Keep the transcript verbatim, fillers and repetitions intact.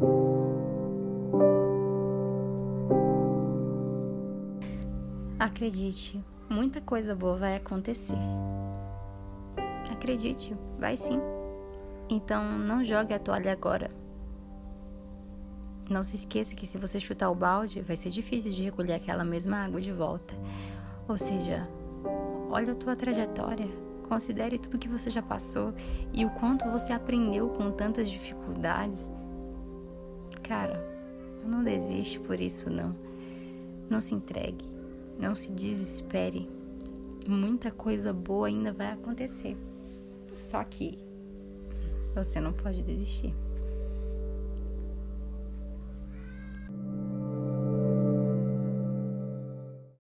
Acredite, muita coisa boa vai acontecer. Acredite, vai sim. Então não jogue a toalha agora. Não se esqueça que se você chutar o balde, vai ser difícil de recolher aquela mesma água de volta. Ou seja, olha a tua trajetória, considere tudo que você já passou e o quanto você aprendeu com tantas dificuldades. Cara, não desiste por isso não. Não se entregue, não se desespere. Muita coisa boa ainda vai acontecer. Só que você não pode desistir.